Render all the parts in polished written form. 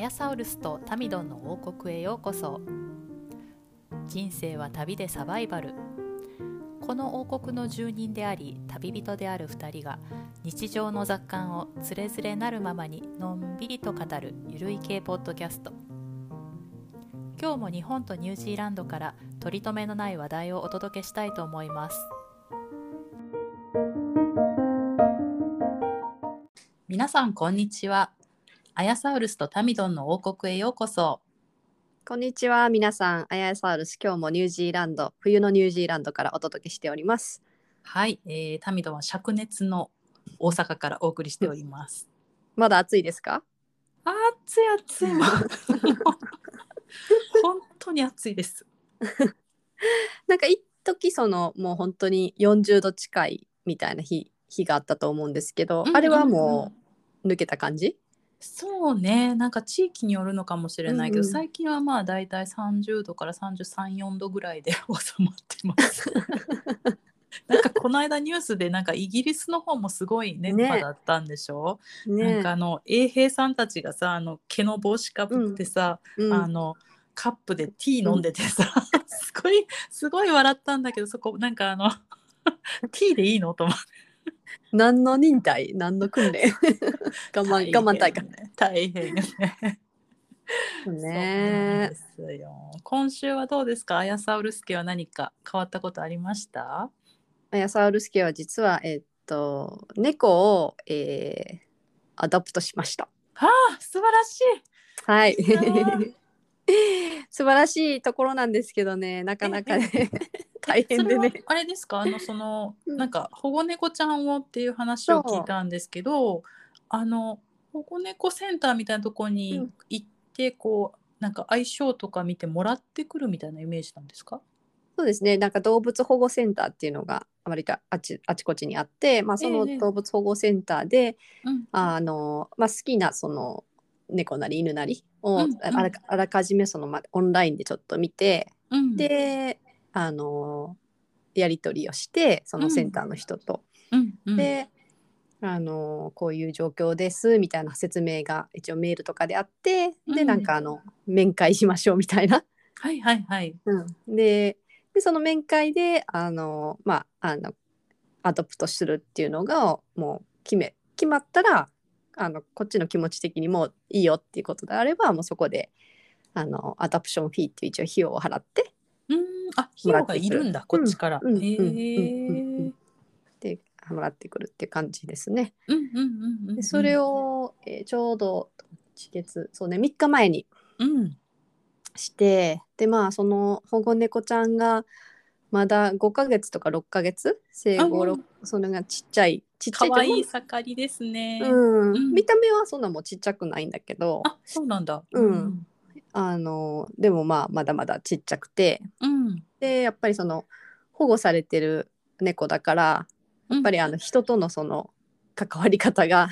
ヤサウルスとタミドンの王国へようこそ。人生は旅でサバイバル。この王国の住人であり旅人である2人が日常の雑感をつれづれなるままにのんびりと語るゆるい系ポッドキャスト。今日も日本とニュージーランドから取り留めのない話題をお届けしたいと思います。皆さんこんにちは。アヤサウルスとタミドンの王国へようこそ。 こんにちは皆さん、アヤサウルス、今日もニュージーランド、冬のニュージーランドからお届けしております。 はい、タミドンは灼熱の大阪からお送りしております。 まだ暑いですか？ 暑いもう本当に暑いです。 なんか一時もう本当に40度近いみたいな日があったと思うんですけど、あれはもう抜けた感じ？ そうね、なんか地域によるのかもしれないけど、最近はまあだいたい30度から33、4度ぐらいで収まってますなんかこの間ニュースでなんかイギリスの方もすごい熱波だったんでしょ、なんか衛兵さんたちがさ毛の帽子かぶってさ、カップでティー飲んでてさ、すごい笑ったんだけど、そこなんかティーでいいのと思って何の忍耐、何の訓練我慢大会、 大変よねそうなんですよ。今週はどうですか？アヤサウルス家は何か変わったことありました？ アヤサウルス家は実は猫を、アダプトしました。 素晴らしい。 はい素晴らしいところなんですけどね、なかなかね大変でね。 それはあれですか？なんか保護猫ちゃんをっていう話を聞いたんですけど、保護猫センターみたいなところに行って、こうなんか相性とか見てもらってくるみたいなイメージなんですか？ そうですね、なんか動物保護センターっていうのが割とあちこちにあって、その動物保護センターで、好きなその猫なり犬なりをあらかじめオンラインでちょっと見て、でやり取りをしてそのセンターの人と、でこういう状況ですみたいな説明が一応メールとかであって、でなんか面会しましょうみたいな。でその面会でアドプトするっていうのがもう決まったら、こっちの気持ち的にもういいよっていうことであれば、もうそこでアダプションフィーっていう一応費用を払って費用がいるんだ、こっちから。 でもらってくるっていう感じですね。でそれを、ちょうどそうね、3日前にして、でその保護猫ちゃんがまだ5ヶ月とか6ヶ月生後、それがちっちゃいかわいい盛りですね。 見た目はそんなもちっちゃくないんだけど、 そうなんだ。 でもまだまだちっちゃくて、でやっぱりその保護されてる猫だから、やっぱり人とのその関わり方が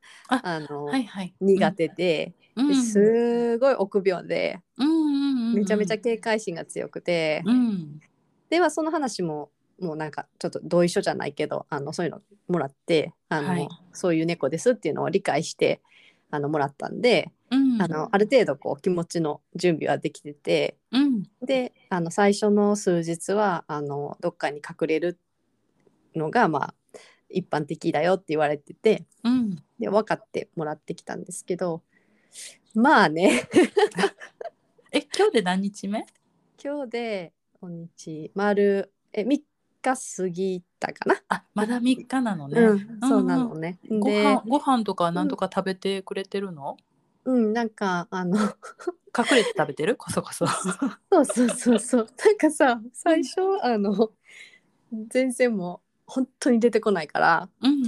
苦手で、すごい臆病で、めちゃめちゃ警戒心が強くて、ではその話ももうなんかちょっと同意書じゃないけどそういうのもらってそういう猫ですっていうのを理解してもらったんで、ある程度こう気持ちの準備はできてて、で最初の数日はどっかに隠れるのが一般的だよって言われてて、で分かってもらってきたんですけど、まあね今日で何日目？ 今日で3日過ぎたかな。 まだ3日なのね。 そうなのね。 ご飯とか何とか食べてくれてるの？ なんか隠れて食べてる？こそこそそうなんかさ、最初全然もう本当に出てこないから、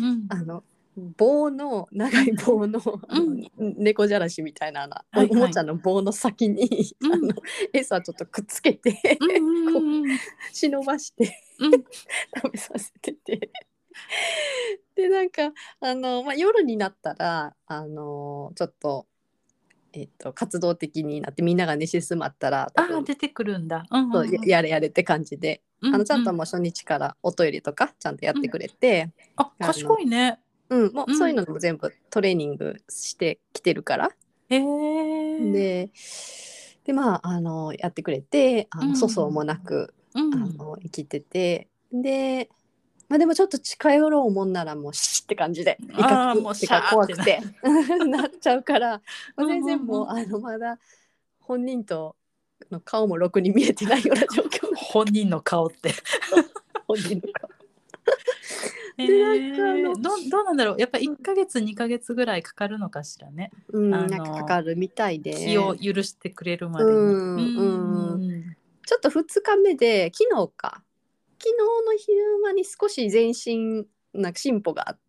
長い棒の、猫じゃらしみたいなおもちゃの棒の先に、餌ちょっとくっつけてこう忍ばして食べさせててでなんか夜になったらちょっと活動的になって、みんなが寝静まったら出てくるんだ。 やれって感じで、ちゃんともう初日からおトイレとかちゃんとやってくれて、 賢いね。 もうそういうのも全部トレーニングしてきてるから、 でまあやってくれて粗相もなく生きてて、でまあでもちょっと近寄ろうもんならもうシッって感じで威嚇ってか怖くてなっちゃうから、まあ、全然もうまだ本人との顔もろくに見えてないような状況本人の顔って本人の顔でなんかどうなんだろう、やっぱ1ヶ月2ヶ月ぐらいかかるのかしらね、 なんかかかるみたいで、 気を許してくれるまでに、 ちょっと2日目で昨日の昼間に少し前進なんか進歩があって、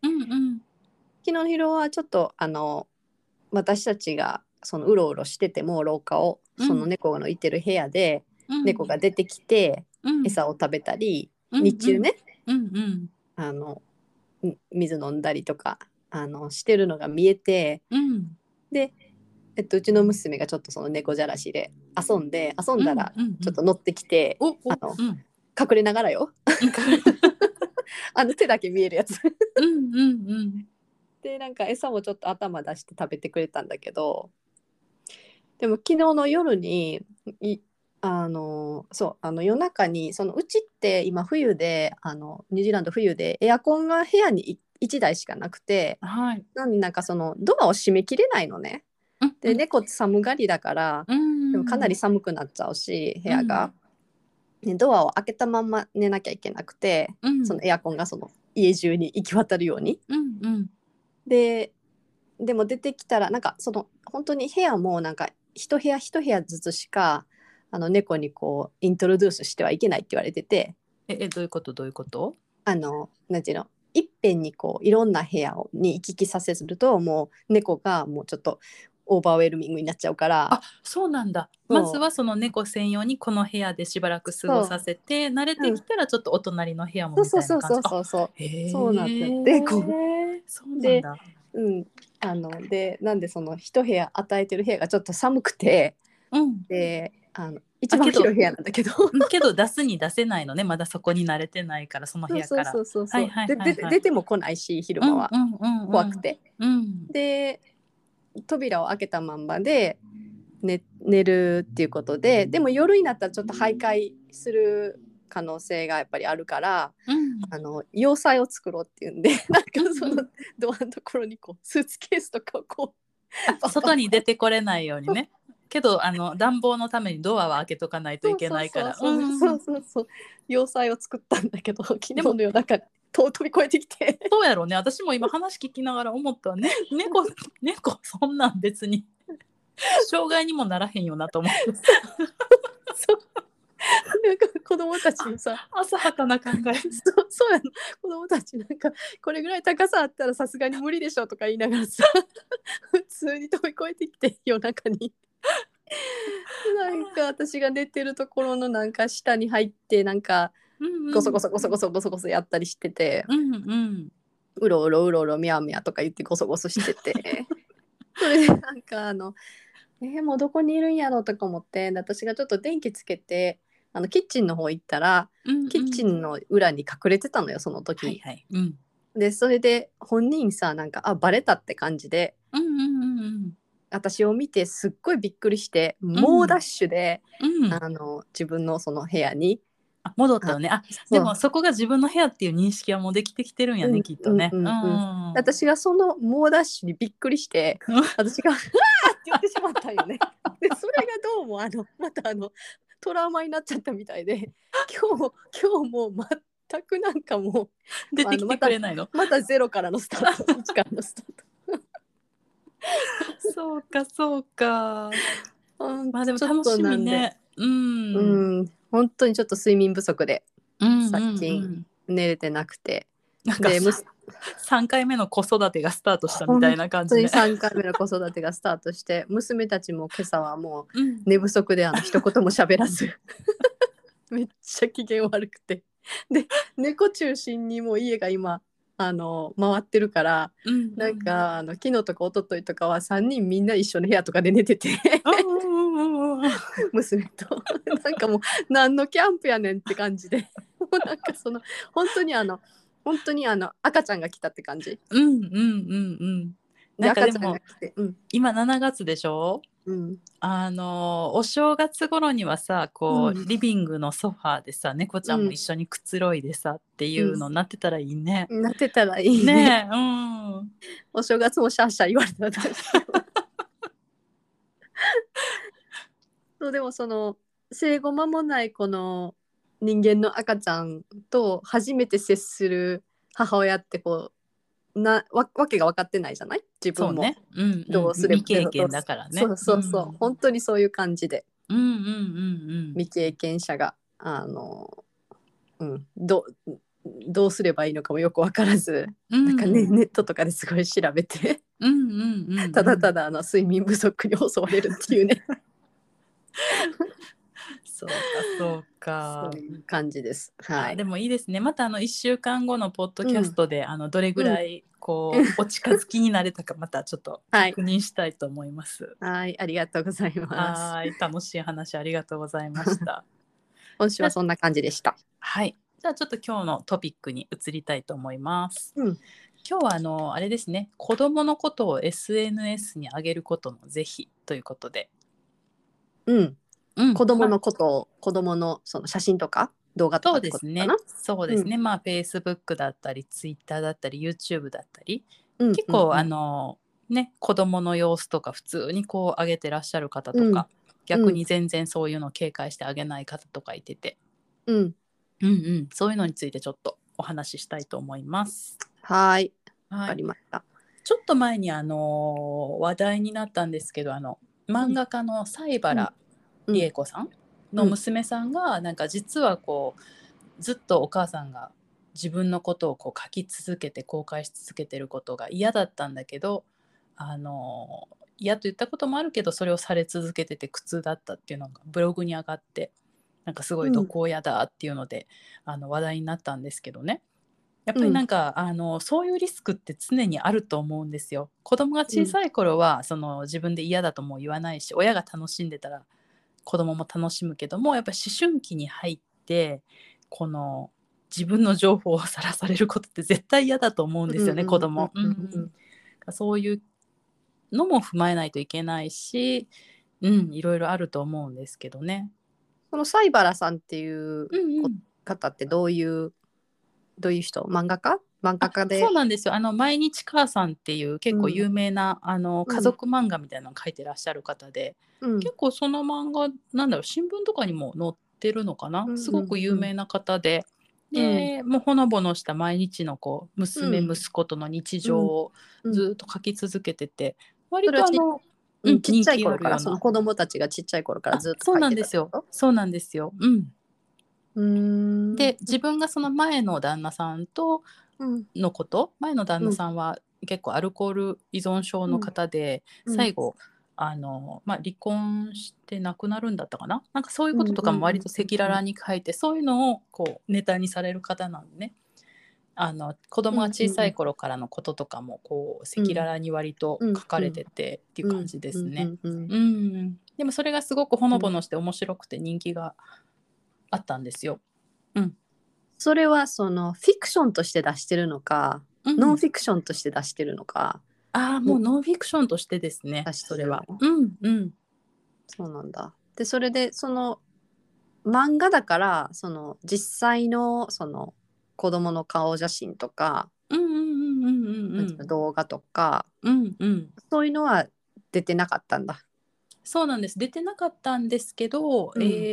昨日の昼はちょっと私たちがそのうろうろしてても廊下をその猫のいてる部屋で、猫が出てきて餌を食べたり、日中ね、水飲んだりとかしてるのが見えて、で、うちの娘がちょっとその猫じゃらしで遊んだらちょっと乗ってきて、隠れながらよ手だけ見えるやつでなんか餌をちょっと頭出して食べてくれたんだけど、でも昨日の夜に夜中にうちって今冬でニュージーランド冬でエアコンが部屋に1台しかなくて、なんかそのドアを閉めきれないのね。で猫って寒がりだから、でもかなり寒くなっちゃうし部屋が、ドアを開けたまま寝なきゃいけなくて、そのエアコンがその家中に行き渡るように、でも出てきたらなんかその本当に部屋もなんか一部屋ずつしか猫にこうイントロデュースしてはいけないって言われてて、 どういうことなんていうの、いっぺんにこういろんな部屋に行き来させるともう猫がもうちょっとオーバーウェルミングになっちゃうから。 あ、そうなんだ。まずはその猫専用にこの部屋でしばらく過ごさせて慣れてきたらちょっとお隣の部屋もみたいな感じ。 そうなんだってそうなんだ。 でなんでその一部屋与えてる部屋がちょっと寒くて、で一番広い部屋なんだけどけど出すに出せないのね、まだそこに慣れてないからその部屋から出ても来ないし昼間は怖くて、で扉を開けたまんまで寝るっていうことで、でも夜になったらちょっと徘徊する可能性がやっぱりあるから、要塞を作ろうっていうんでなんかそのドアのところにこうスーツケースとかをこう外に出てこれないようにねけど暖房のためにドアは開けとかないといけないから、 要塞を作ったんだけど昨日の夜中飛び越えてきてそうやろうね。私も今話聞きながら思ったね。猫そんなん別に障害にもならへんよなと思ってそうなんか子供たちのさ浅はかな考えそうやの、子供たちなんかこれぐらい高さあったらさすがに無理でしょとか言いながらさ普通に飛び越えてきて夜中になんか私が寝てるところのなんか下に入ってなんかゴソゴソやったりしてて、うろうろミャーミャーとか言ってゴソゴソしててそれでなんかもうどこにいるんやろとか思って、私がちょっと電気つけてキッチンの方行ったら、キッチンの裏に隠れてたのよその時、でそれで本人さなんかバレたって感じで、私を見てすっごいびっくりして猛ダッシュで、自分のその部屋に戻ったよね。でもそこが自分の部屋っていう認識はもうできてきてるんやね、きっとね。 私がその猛ダッシュにびっくりして私が「うわ!」って言ってしまったよね。でそれがどうもまたトラウマになっちゃったみたいで今日も全くなんかもう出てきてくれないの？ またゼロからのスタート1からのスタートそうかまあでも楽しみね。 本当にちょっと睡眠不足で最近寝れてなくて、 なんか3回目の子育てがスタートしたみたいな感じで、 3回目の子育てがスタートして娘たちも今朝はもう寝不足で一言も喋らずめっちゃ機嫌悪くて、で猫中心にもう家が今回ってるから、なんか昨日とか一昨日とかは3人みんな一緒の部屋とかで寝てて娘となんかもう何のキャンプやねんって感じでもうなんか本当に赤ちゃんが来たって感じ。 なんかでも、今7月でしょ、お正月頃にはさこう、リビングのソファーでさ猫ちゃんも一緒にくつろいでさ、っていうのになってたらいいね。 なってたらいいね。 お正月もシャーシャー言われたらそうでもその生後間もないこの人間の赤ちゃんと初めて接する母親ってこうわけが分かってないじゃない、自分も。どうすれば、 未経験だからね。 そう本当にそういう感じで、 未経験者がどうすればいいのかもよく分からず、なんかね、ネットとかですごい調べてただただ睡眠不足に襲われるっていうねそうかそういう感じです。 でもいいですね。また1週間後のポッドキャストで、どれぐらいこう、お近づきになれたかまたちょっと確認したいと思います。 はい、ありがとうございます。 楽しい話ありがとうございました。 今週はそんな感じでした。 はい。じゃあちょっと今日のトピックに移りたいと思います。今日はあれですね、子どものことを SNS に上げることの是非ということで。 子どものことを、子どものその写真とか動画とかってことかな。 そうですね。Facebook だったり Twitter だったり YouTube だったり、結構子どもの様子とか普通にこう上げてらっしゃる方とか、逆に全然そういうのを警戒してあげない方とかいてて、そういうのについてちょっとお話ししたいと思います。 はい、わかりました。 ちょっと前に話題になったんですけど、漫画家の西原理恵子さんの娘さんがなんか実はこうずっとお母さんが自分のことをこう書き続けて公開し続けてることが嫌だったんだけど、嫌と言ったこともあるけどそれをされ続けてて苦痛だったっていうのがブログに上がって、なんかすごい毒親だっていうので、話題になったんですけどね。やっぱりなんか、そういうリスクって常にあると思うんですよ。子供が小さい頃は、その自分で嫌だとも言わないし、親が楽しんでたら子供も楽しむけども、やっぱり思春期に入ってこの自分の情報をさらされることって絶対嫌だと思うんですよね、子供。そういうのも踏まえないといけないし、いろいろあると思うんですけどね。 その西原さんっていう方ってどういう人？漫画家で。 そうなんですよ。毎日母さんっていう結構有名な、家族漫画みたいなのを書いてらっしゃる方で、結構その漫画新聞とかにも載ってるのかな、すごく有名な方で、もうほのぼのした毎日のこう娘、息子との日常をずっと書き続けてて、割とちっちゃい頃から、その子供たちがちっちゃい頃からずっと書いてた。 そうなんですよ。で自分がその前の旦那さんとのこと、前の旦那さんは結構アルコール依存症の方で、最後離婚して亡くなるんだったかな、なんかそういうこととかも割と赤裸々に書いて、そういうのをこうネタにされる方なんでね、子供が小さい頃からのこととかもこう赤裸々に割と書かれててっていう感じですね。でもそれがすごくほのぼのして面白くて人気があったんですよ。 それはそのフィクションとして出してるのか、ノンフィクションとして出してるのか。 もうノンフィクションとしてですね、それは。 そうなんだ。でそれでその漫画だからその実際のその子供の顔写真とか動画とか、そういうのは出てなかったんだ。 そうなんです、出てなかったんですけど、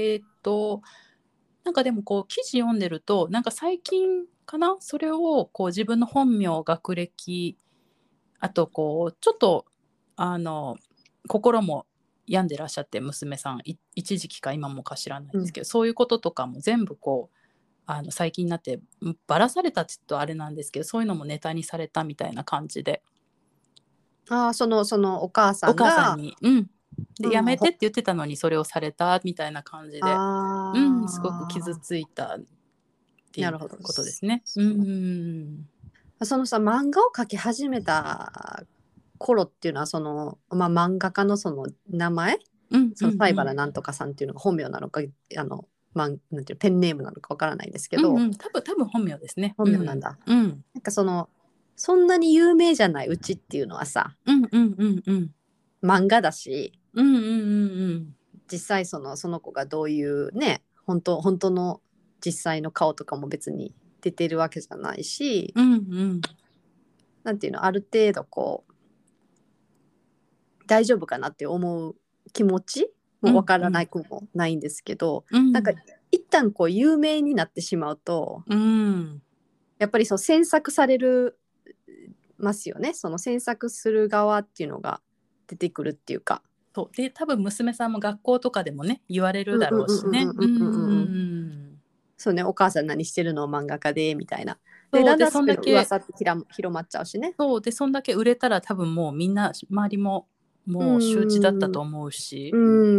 なんかでもこう記事読んでると、なんか最近かな、それをこう自分の本名、学歴、あとこうちょっと心も病んでらっしゃって、娘さん一時期か今もか知らないんですけど、そういうこととかも全部こう最近になってばらされたって言うとあれなんですけど、そういうのもネタにされたみたいな感じで。 そのお母さんに、でやめてって言ってたのにそれをされたみたいな感じで、すごく傷ついたっていうことですね。 そのさ、漫画を描き始めた頃っていうのはその、漫画家のその名前、その西原なんとかさんっていうのが本名なのかなんていうペンネームなのかわからないですけど、 多分本名ですね。 本名なんだ。なんかそのそんなに有名じゃないうちっていうのはさ、漫画だし、実際その子がどういうね、本当の実際の顔とかも別に出てるわけじゃないし、なんていうの、ある程度こう大丈夫かなって思う気持ちもわからない子もないんですけど、なんか一旦こう有名になってしまうと、やっぱりそう詮索されるますよね。その詮索する側っていうのが出てくるっていうか。 そうで、多分娘さんも学校とかでもね言われるだろうしね。 そうね、お母さん何してるの漫画家でみたいな。でだんだんその噂って広まっちゃうしね。 そうで、そんだけ売れたら多分もうみんな周りももう周知だったと思うし。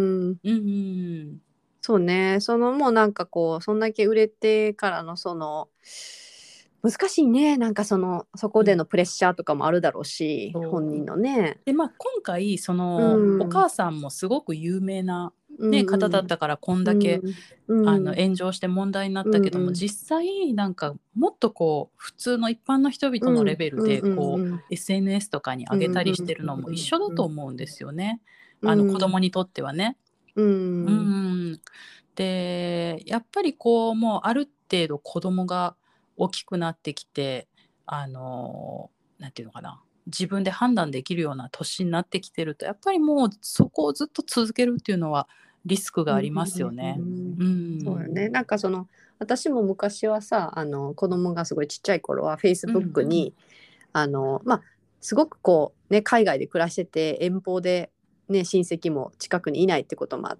そうね、そのもうなんかこうそんだけ売れてからのその難しいね、なんかそこでのプレッシャーとかもあるだろうし、本人のね。 でまあ今回その、お母さんもすごく有名な、ね方だったからこんだけ、炎上して問題になったけども、実際なんかもっとこう普通の一般の人々のレベルでこう、SNS とかに上げたりしてるのも一緒だと思うんですよね、子供にとってはね。でやっぱりこうもうある程度子供が大きくなってきてなんていうのかな、自分で判断できるような年になってきてるとやっぱりもうそこをずっと続けるっていうのはリスクがありますよね。 そうよね。なんか私も昔はさ、子供がすごいちっちゃい頃は Facebook に、すごくこうね海外で暮らしてて遠方でね親戚も近くにいないってこともあって、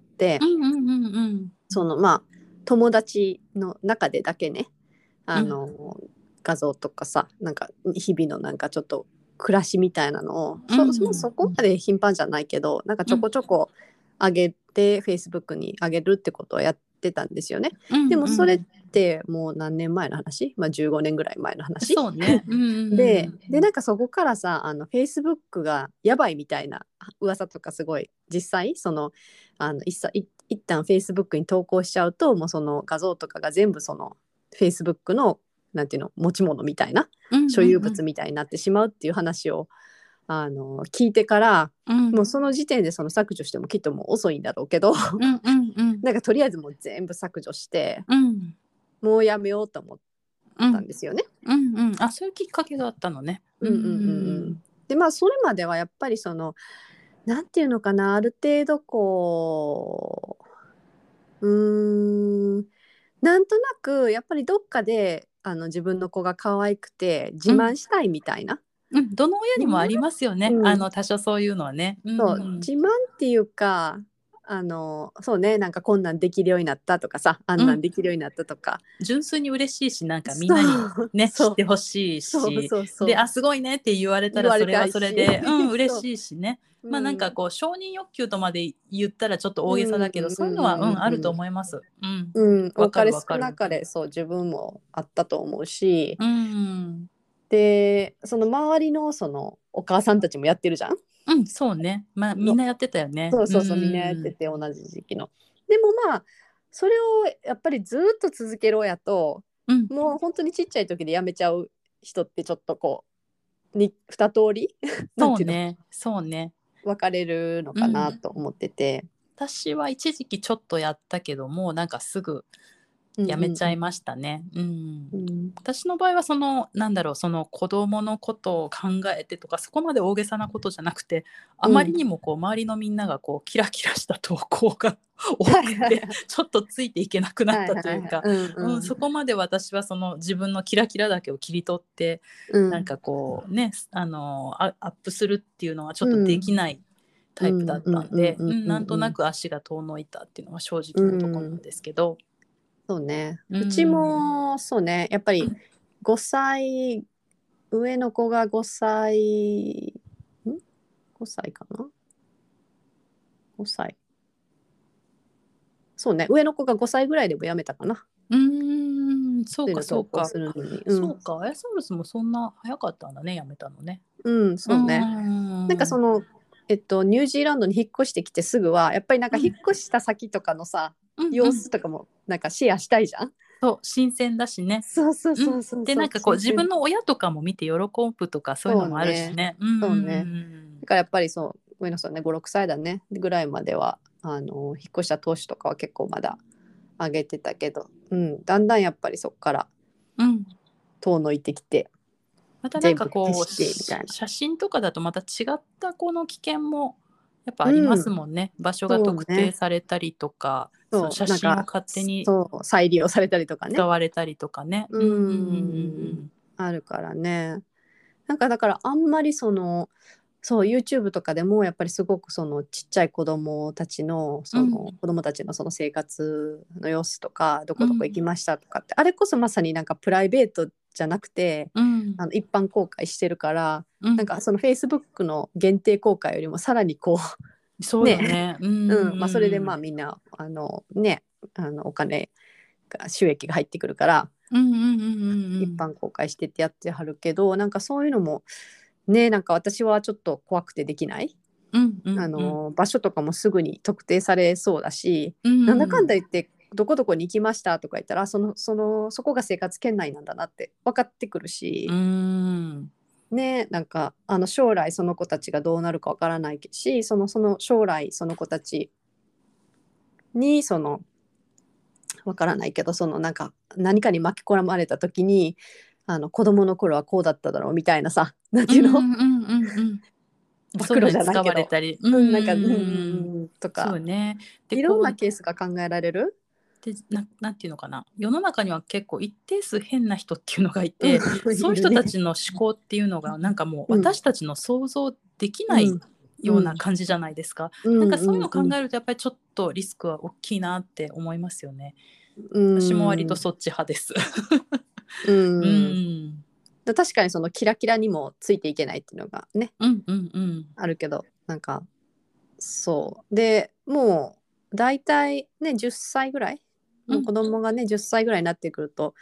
友達の中でだけね画像とかさ、なんか日々のなんかちょっと暮らしみたいなのを、そこまで頻繁じゃないけどなんかちょこちょこ上げて、Facebook に上げるってことをやってたんですよね。でもそれってもう何年前の話、15年ぐらい前の話。 そうね。 でなんかそこからさFacebook がやばいみたいな噂とかすごい実際一旦 Facebook に投稿しちゃうともうその画像とかが全部その Facebook のなんていうの持ち物みたいな所有物みたいになってしまうっていう話を聞いてから、もうその時点でその削除してもきっともう遅いんだろうけどなんかとりあえずもう全部削除して、もうやめようと思ったんですよね。 あ、そういうきっかけがあったのね。 でそれまではやっぱりそのなんていうのかな、ある程度こうなんとなくやっぱりどっかで自分の子が可愛くて自慢したいみたいな、 どの親にもありますよね、多少そういうのはね。 そう自慢っていうかそうね、なんかこんなんできるようになったとかさ、あんなんできるようになったとか、 純粋に嬉しいし、なんかみんなにね知ってほしいし、で、あすごいねって言われたらそれはそれで嬉しいしね。なんかこう承認欲求とまで言ったらちょっと大げさだけど、そういうのはあると思います。 多かれ少なかれそう自分もあったと思うし、でその周りのそのお母さんたちもやってるじゃん。 そうね、みんなやってたよね。 そうみんなやってて同じ時期の。でもそれをやっぱりずっと続けろやと、もう本当にちっちゃい時でやめちゃう人ってちょっとこう2通りそうね分かれるのかなと思ってて、 私は一時期ちょっとやったけどもなんかすぐやめちゃいましたね。私の場合はその子供のことを考えてとかそこまで大げさなことじゃなくて、あまりにもこう周りのみんながこうキラキラした投稿が多くてちょっとついていけなくなったというか、そこまで私はその自分のキラキラだけを切り取って、なんかこうねアップするっていうのはちょっとできないタイプだったんで、なんとなく足が遠のいたっていうのは正直なところなんですけど。 そうね、うちもそうね、やっぱり5歳上の子が5歳かな、5歳そうね、上の子が5歳ぐらいでもやめたかな。 そうかそうか、そうか、アヤサウルスもそんな早かったんだね、やめたのね。 そうね。なんかそのニュージーランドに引っ越してきてすぐはやっぱりなんか引っ越した先とかのさ、様子とかもなんかシェアしたいじゃん。 そう新鮮だしね。 そうそうそうそう。 でなんかこう自分の親とかも見て喜ぶとかそういうのもあるしね。 そうね。だからやっぱりそうごめんなさいね5、6歳だねぐらいまでは引っ越した当初とかは結構まだ上げてたけど、だんだんやっぱりそこから遠のいてきて、 またなんかこう写真とかだとまた違ったこの危険もやっぱありますもんね。場所が特定されたりとか、そう写真を勝手に再利用されたりとかね使われたりとかね。 あるからね。なんかだからあんまりそう YouTube とかでもやっぱりすごくそのちっちゃい子供たちの子供たちのその生活の様子とかどこどこ行きましたとかって、あれこそまさになんかプライベートじゃなくて、一般公開してるから、なんかその Facebook の限定公開よりもさらにこうそうよね。 それでまあみんなお金が収益が入ってくるから、一般公開してってやってはるけど、なんかそういうのもね、なんか私はちょっと怖くてできない、場所とかもすぐに特定されそうだし、なんだかんだ言ってどこどこに行きましたとか言ったらそこが生活圏内なんだなって分かってくるし、ね、なんか将来その子たちがどうなるか分からないし、その将来その子たちに分からないけどなんか何かに巻き込まれた時に子供の頃はこうだっただろうみたいなさ、なんていうの、暴露じゃないけど、 使われたり、 なんかとか、 そうね。 いろんなケースが考えられる。 でなんていうのかな、世の中には結構一定数変な人っていうのがいて、そういう人たちの思考っていうのがなんかもう私たちの想像できないような感じじゃないですか。なんかそういうのを考えるとやっぱりちょっとリスクは大きいなって思いますよね。私も割とそっち派です。 確かにそのキラキラにもついていけないっていうのがね、あるけど、なんかそうでもう大体ね10歳ぐらい、もう子供がね10歳ぐらいになってくると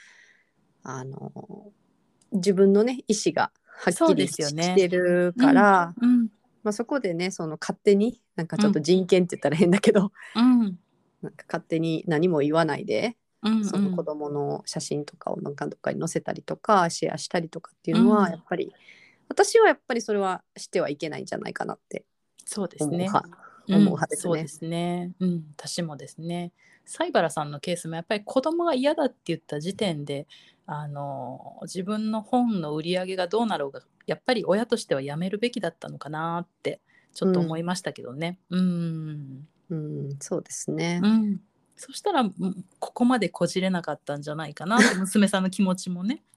自分のね意思がはっきりしてるから、そこでね勝手になんかちょっと人権って言ったら変だけど、なんか勝手に何も言わないで、その子供の写真とかをなんかどっかに載せたりとかシェアしたりとかっていうのはやっぱり、私はやっぱりそれはしてはいけないんじゃないかなってそうですね。 思う派ですね。 そうですね。私もですね。西原さんのケースもやっぱり子供が嫌だって言った時点で自分の本の売り上げがどうなろうがやっぱり親としてはやめるべきだったのかなってちょっと思いましたけどね。 そうですね。 そしたらここまでこじれなかったんじゃないかなって娘さんの気持ちもね。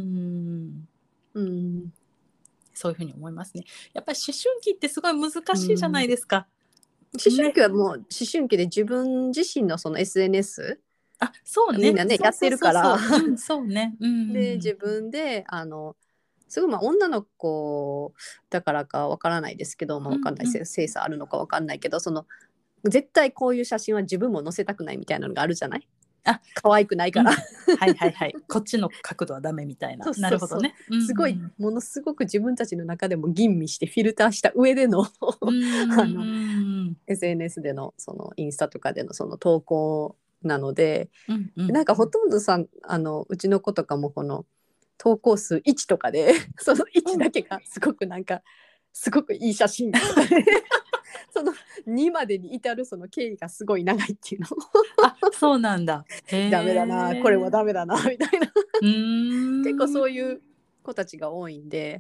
そういうふうに思いますね。やっぱり思春期ってすごい難しいじゃないですか。 思春期はもう思春期で自分自身のその SNS そうね、 みんなねやってるから、 そうね。 で自分ですごい女の子だからかわからないですけど、わかんない性差あるのかわかんないけど、絶対こういう写真は自分も載せたくないみたいなのがあるじゃない。可愛くないから、 こっちの角度はダメみたいな。なるほどね。 すごいものすごく自分たちの中でも吟味してフィルターした上でのSNS でのインスタとかでの投稿なので、なんかほとんどさうちの子とかもこの投稿数1とかでその1だけがすごくなんかすごくいい写真とかでその2までに至るその経緯がすごい長いっていうのそうなんだ。 ダメだなこれはダメだなみたいな結構そういう子たちが多いんで。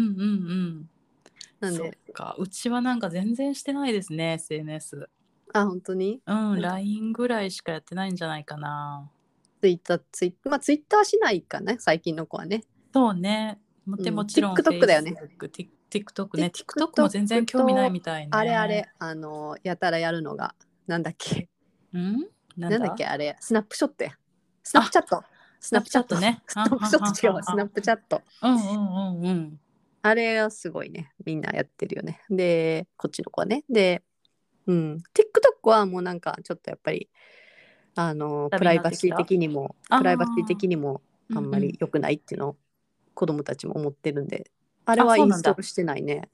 なんでそっか、うちはなんか全然してないですね SNS。 本当に LINE ぐらいしかやってないんじゃないかな。 ツイッターしないかな最近の子はね。 そうね。もちろん TikTok だよね。 TikTok ね。TikTok も全然興味ないみたいね。 あれやたらやるのがなんだっけ。なんだっけあれスナップショットや。スナップチャット。 スナップチャットね。 スナップショット違うスナップチャット。あれはすごいねみんなやってるよね。でこっちの子はね。でTikTok はもうなんかちょっとやっぱりプライバシー的にもあんまり良くないっていうのを子供たちも思ってるんで、あれはインストールしてないね。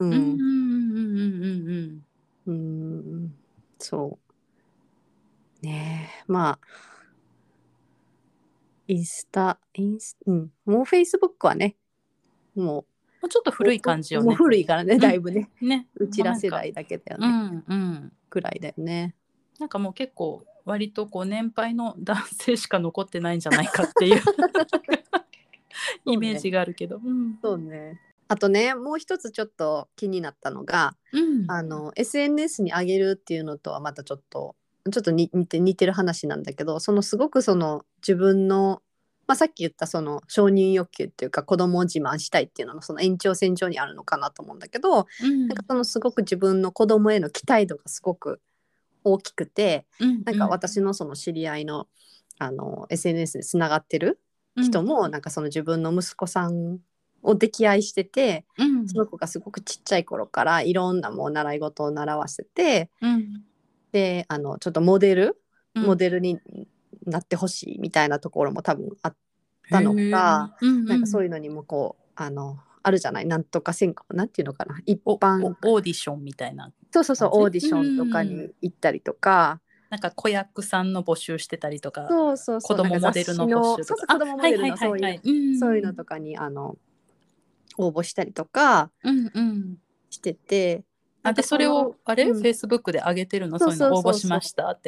そうね。まあもう Facebook はね、もうちょっと古い感じよね。 もう古いからね、だいぶね。 ね。 うちら世代だけだよね。くらいだよね。 なんかもう結構割とこう年配の男性しか残ってないんじゃないかっていうイメージがあるけど。 そうね。あとね、もう一つちょっと気になったのが、SNS に上げるっていうのとはまたちょっと似てる話なんだけど、すごく自分の、さっき言った承認欲求っていうか子供を自慢したいっていうののその延長線上にあるのかなと思うんだけど、なんかすごく自分の子供への期待度がすごく大きくて、なんか私の知り合いの、SNS でつながってる人も、なんか自分の息子さんを溺愛してて、その子がすごくちっちゃい頃からいろんなもう習い事を習わせて、でちょっとモデルになってほしいみたいなところも多分あったのか、なんかそういうのにもこうあるじゃない、なんとか選考なんていうのかな、一般オーディションみたいな。 そうオーディションとかに行ったりとか、 なんか子役さんの募集してたりとか、 子供モデルの募集とか、 子供モデルのそういうのとかに応募したりとかしてて、 でそれをFacebook で上げてるの、そういうの応募しましたって。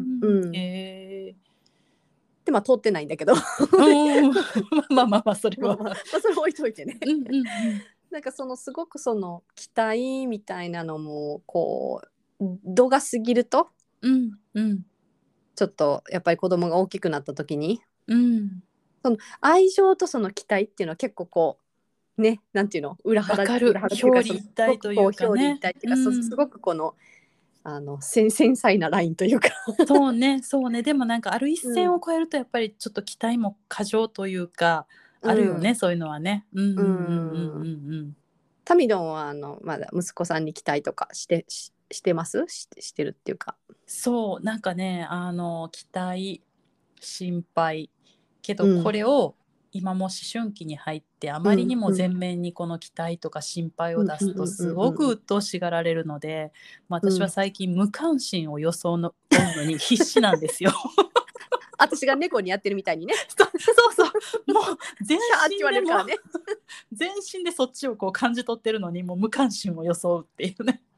で通ってないんだけどまあそれはそれ置いといてねなんかすごく期待みたいなのもこう度が過ぎると、ちょっとやっぱり子供が大きくなった時に、その愛情とその期待っていうのは結構こうね、なんていうの、裏腹っていうか、 表裏一体というかね、 すごくこの繊細なラインというかそうねでもなんかある一線を越えるとやっぱりちょっと期待も過剰というか、あるよね、そういうのはね。 タミドンはまだ息子さんに期待とかしてます？してるっていうか。 そうなんかね、期待心配けど、これを今も思春期に入ってあまりにも前面にこの期待とか心配を出すとすごく鬱陶しがられるので、私は最近無関心を装うのに必死なんですよ私が猫にやってるみたいにねそうもう全身でそっちをこう感じ取ってるのにもう無関心を装うっていうね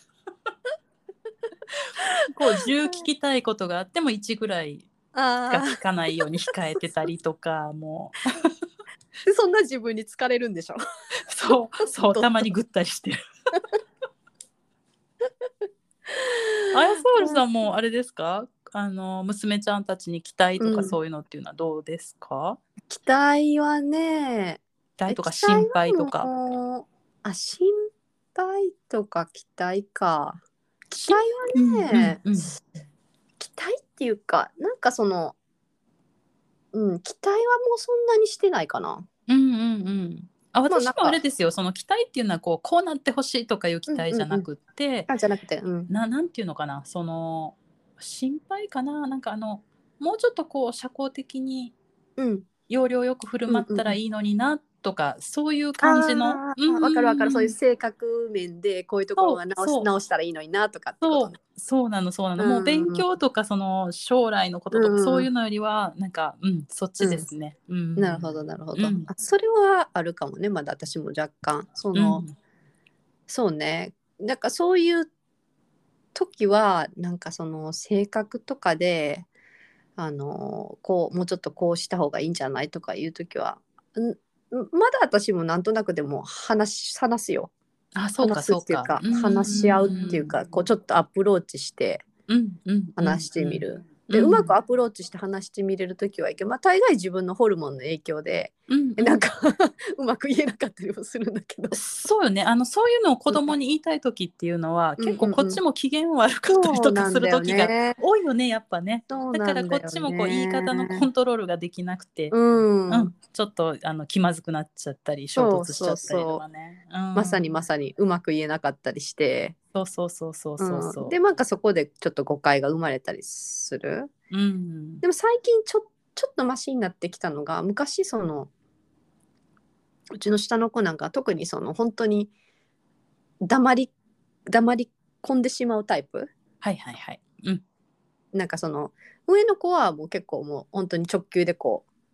こう10聞きたいことがあっても1ぐらいしか聞かないように控えてたりとかもうでそんな自分に疲れるんでしょそうたまにぐったりしてるあやソウルさんもあれですか、娘ちゃんたちに期待とかそういうのっていうのはどうですか？ 期待はね、 期待とか心配とか。 心配とか期待か。期待はね、期待っていうかなんか期待はもうそんなにしてないかな。 私もあれですよ、その期待っていうのはこうなってほしいとかいう期待じゃなくって、なんていうのかな、心配かな、なんかもうちょっとこう社交的に要領よく振る舞ったらいいのになとか、そういう感じの。 わかるそういう性格面でこういうところが直したらいいのになとかってことね。 そうなのもう勉強とか将来のこととかそういうのよりはなんかそっちですね。 なるほどそれはあるかもね。まだ私も若干そうね、なんかそういう時はなんか性格とかでこうもうちょっとこうした方がいいんじゃないとかいう時はまだ私もなんとなくでも話すよ。話すっていうか話し合うっていうかこうちょっとアプローチして話してみる。でうまくアプローチして話してみれる時はいいけど、大概自分のホルモンの影響でなんかうまく言えなかったりもするんだけど。 そうよね、そういうのを子供に言いたい時っていうのは、結構こっちも機嫌悪かったりとかする時が多いよね、やっぱね。だからこっちもこう言い方のコントロールができなくて、ちょっと気まずくなっちゃったり衝突しちゃったりとかね。 まさにうまく言えなかったりして、でなんかそこでちょっと誤解が生まれたりする。でも最近ちょっとマシになってきたのが、昔うちの下の子なんか特に本当に黙り込んでしまうタイプ。なんか上の子はもう結構もう本当に直球でこ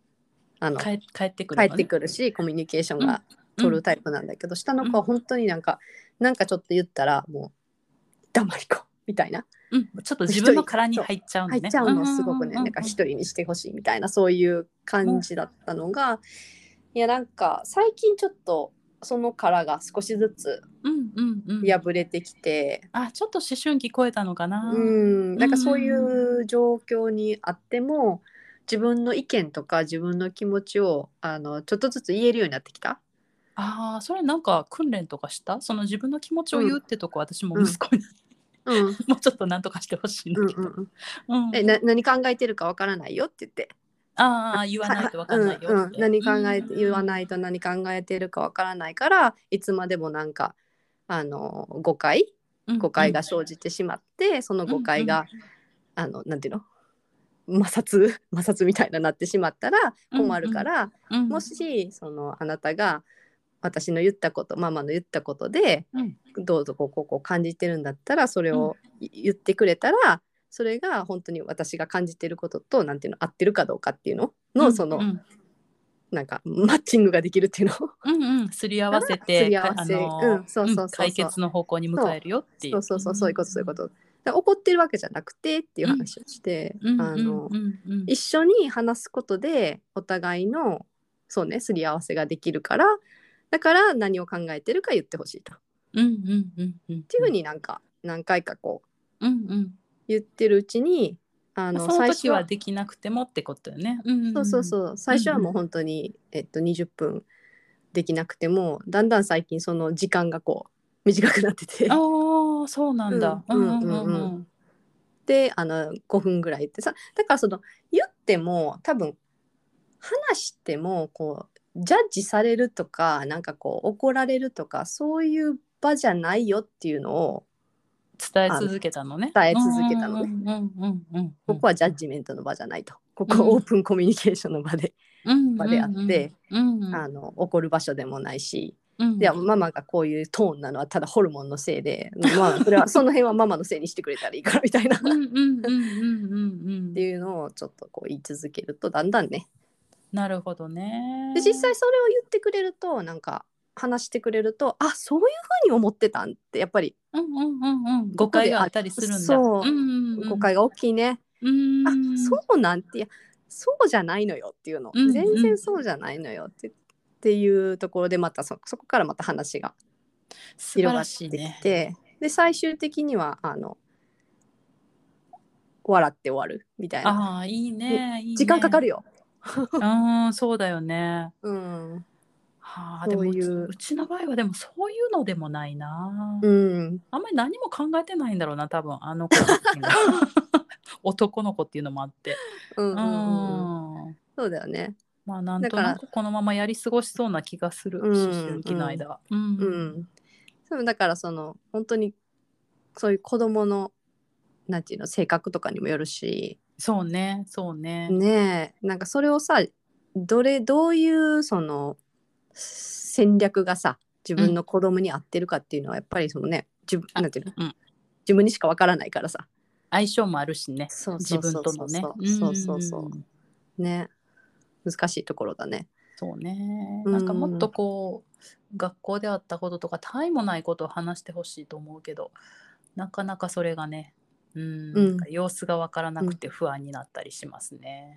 帰ってくる帰のね。 ってくるしコミュニケーションが取るタイプなんだけど、下の子は本当になんかちょっと言ったらもう黙りこみたいな、 ちょっと自分の殻に入っちゃうのね。 入っちゃうのすごくね、なんか一人にしてほしいみたいなそういう感じだったのが、いやなんか最近ちょっとその殻が少しずつ破れてきて、 ちょっと思春期超えたのかな。 なんかそういう状況にあっても自分の意見とか自分の気持ちをちょっとずつ言えるようになってきた。 それなんか訓練とかした？その自分の気持ちを言うってとこ、私も息子に、もうちょっとなんとかしてほしいんだけど、 何考えてるかわからないよって言って、 言わないとわかんないよって、 言わないと何考えてるかわからないから、いつまでもなんか誤解が生じてしまって、その誤解が、なんていうの摩擦みたいななってしまったら困るから、もしあなたが私の言ったことママの言ったことで、どうぞこう感じてるんだったらそれを言ってくれたら、それが本当に私が感じてることとなんていうの合ってるかどうかっていうのの、なんかマッチングができるっていうのすり合わせて解決の方向に向かえるよっていう、 そういうこと怒ってるわけじゃなくてっていう話をして、一緒に話すことでお互いのそうねすり合わせができるから、だから何を考えてるか言ってほしいと、っていうふうになんか何回かこう、言ってるうちにその時はできなくてもってことよね。 そう最初はもう本当に、20分できなくてもだんだん最近その時間がこう短くなってて、 そうなんだ。 で5分ぐらい言ってさ、だから言っても多分話してもこうジャッジされるとかなんかこう怒られるとかそういう場じゃないよっていうのを伝え続けたのね。 ここはジャッジメントの場じゃないと、ここはオープンコミュニケーションの場であって、怒る場所でもないし、でママがこういうトーンなのはただホルモンのせいで、その辺はママのせいにしてくれたらいいからみたいなっていうのをちょっとこう言い続けるとだんだんね。 なるほどね。 で実際それを言ってくれるとなんか話してくれると、そういうふうに思ってたんってやっぱり誤解があったりするんだ。 誤解が大きいね。そうなんて、いやそうじゃないのよっていうの、全然そうじゃないのよっていうところでまたそこからまた話が広がってきて、で最終的には笑って終わるみたいな。 いいね。 時間かかるよ。 そうだよね。でもうちの場合はでもそういうのでもないな。あんまり何も考えてないんだろうな多分子男の子っていうのもあって。 そうだよね。 なんとなくこのままやり過ごしそうな気がする、思春期の間は。 だから本当にそういう子供のなんていうの性格とかにもよるし。 そうね。 なんかそれをさどういう戦略がさ自分の子供に合ってるかっていうのはやっぱりなんていうの、自分にしかわからないからさ、 相性もあるしね、自分とのね。 ね、難しいところだね。 そうね。なんかもっとこう学校であったこととか他愛もないことを話してほしいと思うけど、なかなかそれがね、なんか様子がわからなくて不安になったりしますね。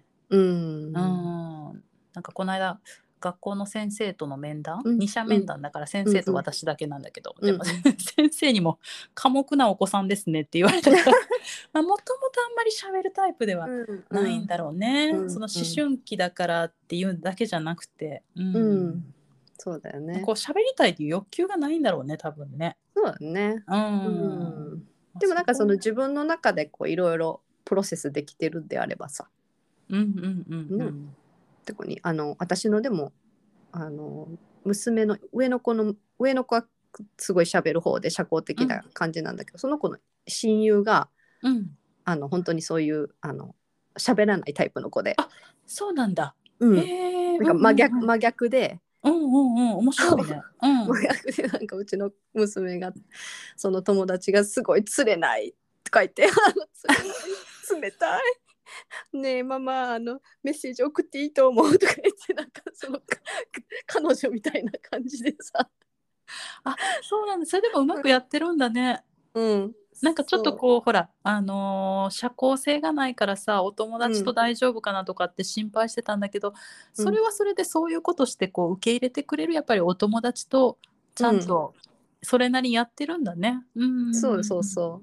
なんかこの間学校の先生との面談、2者面談だから先生と私だけなんだけど、でも先生にも寡黙なお子さんですねって言われたからもともとあんまり喋るタイプではないんだろうね。その思春期だからっていうだけじゃなくて、 そうだよね。 こう喋りたいっていう欲求がないんだろうね多分ね。 そうだね。でもなんか自分の中でこういろいろプロセスできてるんであればさ、特に私のでも娘の上の子はすごい喋る方で社交的な感じなんだけど、その子の親友が、本当にそういう喋らないタイプの子で。 そうなんだ。 なんか真逆で。 面白いね。 真逆でなんかうちの娘がその友達がすごい釣れないとか言って冷たいねえママメッセージ送っていいと思うとか言ってなんかその彼女みたいな感じでさあ、そうなんだ。それでもうまくやってるんだね。 うん、 なんかちょっとそこうほら社交性がないからさ、お友う、う達とん大丈夫かなとかって心配してたんだけど、 うん、 それはそれでそういうことしてこう受け入れてくれるやっぱりお友達とちゃんとそれなりにやってるんだね。 そうそうそう、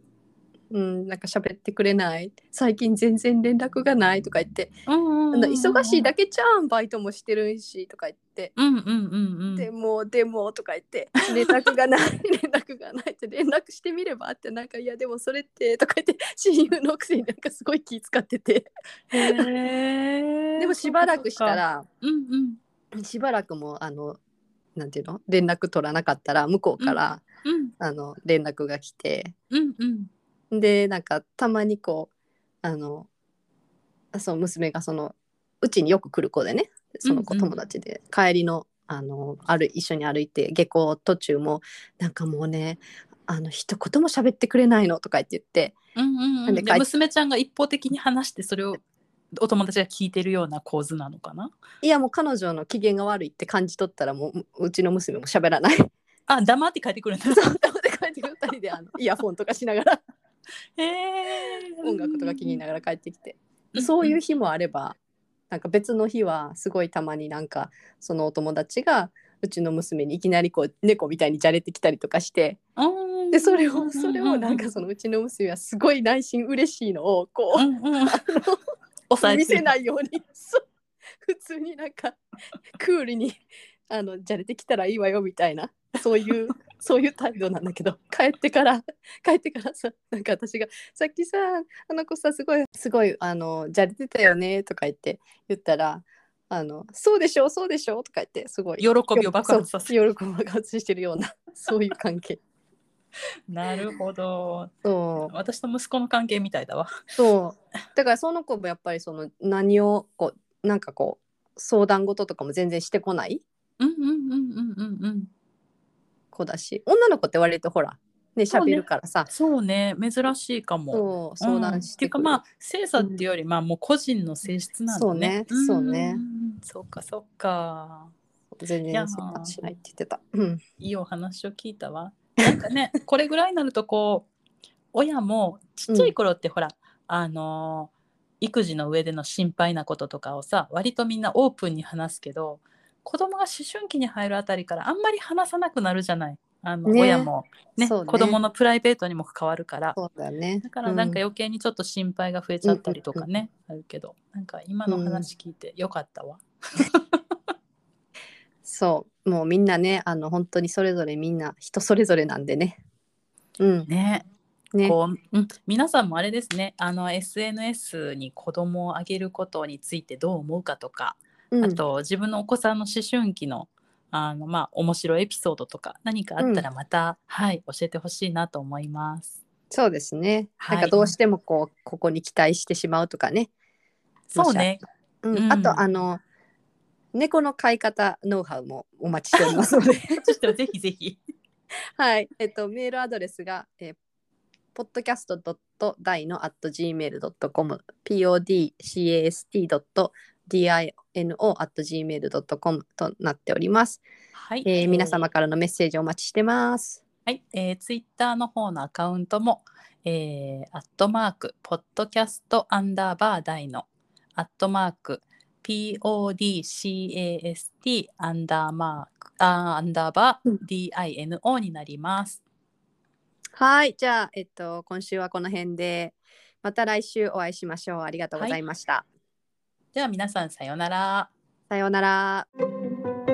なんか喋ってくれない最近全然連絡がないとか言って忙しいだけじゃんバイトもしてるしとか言ってでもとか言って連絡がない連絡がないって連絡してみればってなんかいやでもそれってとか言って親友のくせになんかすごい気使っててでもしばらくしたらしばらくもなんていうの連絡取らなかったら向こうから連絡が来てでなんかたまにこうその娘がうちによく来る子でねその子友達で、帰りの一緒に歩いて下校途中もなんかもうね一言も喋ってくれないのとか言って、 で娘ちゃんが一方的に話してそれをお友達が聞いてるような構図なのかな。 いやもう彼女の機嫌が悪いって感じ取ったらもううちの娘も喋らないあ、黙って帰ってくるんだ。 そう黙って帰ってくる2人でイヤホンとかしながら音楽とか聴きながら帰ってきて、そういう日もあればなんか別の日はすごいたまになんかそのお友達がうちの娘にいきなりこう猫みたいにじゃれてきたりとかしてでそれをなんかそのうちの娘はすごい内心嬉しいのをこう、見せないように普通になんかクールにじゃれてきたらいいわよみたいなそういう態度なんだけど帰ってからさなんか私がさっきさあの子さすごいじゃれてたよねとか言ったらそうでしょとか言ってすごい喜びを爆発させる喜びを爆発してるようなそういう関係なるほど。 そう私と息子の関係みたいだわ。 そうだからその子もやっぱり何をこうなんかこう相談事とかも全然してこない子だし女の子って割とほらね喋るからさそうね珍しいかも。 そう相談してくる、 っていうか性差っていうよりもう個人の性質なんだね。 そうねそうか全然相談しないって言ってた、 いいお話を聞いたわ。なんかねこれぐらいになるとこう親もちっちゃい頃ってほら、育児の上での心配なこととかをさ割とみんなオープンに話すけど子供が思春期に入るあたりからあんまり話さなくなるじゃない。親もね子供のプライベートにも関わるからそうだね、 だからなんか余計にちょっと心配が増えちゃったりとかね、あるけどなんか今の話聞いてよかったわ。 そうもうみんなね本当にそれぞれみんな人それぞれなんでねねこう皆さんもあれですねSNS に子供をあげることについてどう思うかとか、あと自分のお子さんの思春期の面白いエピソードとか何かあったらまた、教えてほしいなと思います。 そうですね、なんかどうしてもここに期待してしまうとかねそうね、 あと猫の飼い方ノウハウもお待ちしておりますのでぜひぜひはいメールアドレスが、podcast.dino@gmail.com podcast.dino@gmail.com となっております。 はい、 皆様からのメッセージお待ちしてます。 はい、ツイッターの方のアカウントも、@podcast_dino @podcast_dino になります。 はい、じゃあ、今週はこの辺でまた来週お会いしましょう。ありがとうございました。 じゃあ皆さんさようなら。 さようなら。